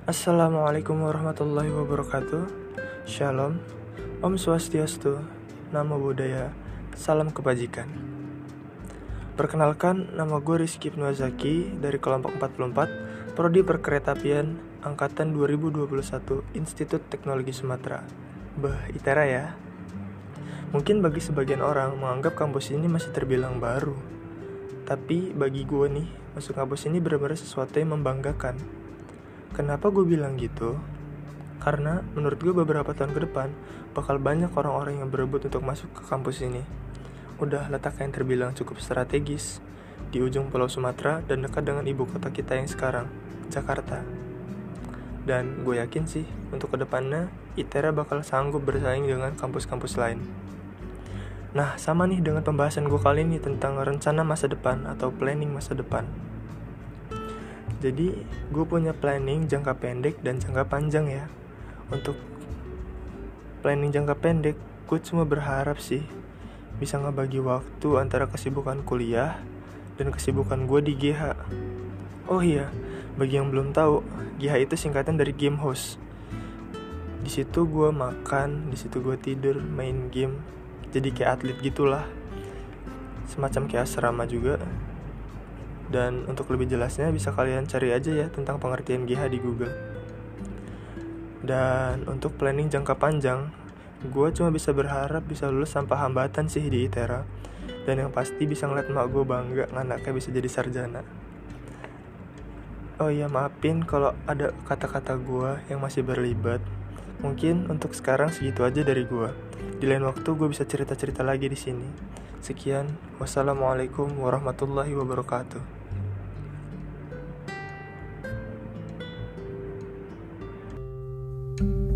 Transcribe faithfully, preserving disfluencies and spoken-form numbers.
Assalamualaikum warahmatullahi wabarakatuh. Shalom, Om Swastiastu, Namo Buddhaya, Salam Kebajikan. Perkenalkan, nama gue Rizky Ibnu Azaki dari kelompok empat puluh empat, Prodi Perkeretaapian, Angkatan dua ribu dua puluh satu, Institut Teknologi Sumatera. Beh, ITERA ya. Mungkin bagi sebagian orang menganggap kampus ini masih terbilang baru. Tapi bagi gue nih, masuk kampus ini benar-benar sesuatu yang membanggakan. Kenapa gue bilang gitu? Karena menurut gue beberapa tahun ke depan bakal banyak orang-orang yang berebut untuk masuk ke kampus ini. Udah letaknya yang terbilang cukup strategis di ujung pulau Sumatera dan dekat dengan ibu kota kita yang sekarang, Jakarta. Dan gue yakin sih untuk kedepannya ITERA bakal sanggup bersaing dengan kampus-kampus lain. Nah, sama nih dengan pembahasan gue kali ini tentang rencana masa depan atau planning masa depan. Jadi, gue punya planning jangka pendek dan jangka panjang ya. Untuk planning jangka pendek, gue cuma berharap sih bisa ngebagi waktu antara kesibukan kuliah dan kesibukan gue di G H. Oh iya, bagi yang belum tahu, G H itu singkatan dari game host. Di situ gue makan, di situ gue tidur, main game. Jadi kayak atlet gitulah. Semacam kayak asrama juga. Dan untuk lebih jelasnya bisa kalian cari aja ya tentang pengertian G H di Google. Dan untuk planning jangka panjang, gue cuma bisa berharap bisa lulus tanpa hambatan sih di ITERA. Dan yang pasti bisa ngeliat mak gue bangga anaknya bisa jadi sarjana. Oh iya, maafin kalau ada kata-kata gue yang masih berlibat. Mungkin untuk sekarang segitu aja dari gue. Di lain waktu gue bisa cerita-cerita lagi di sini. Sekian, wassalamualaikum warahmatullahi wabarakatuh. Thank you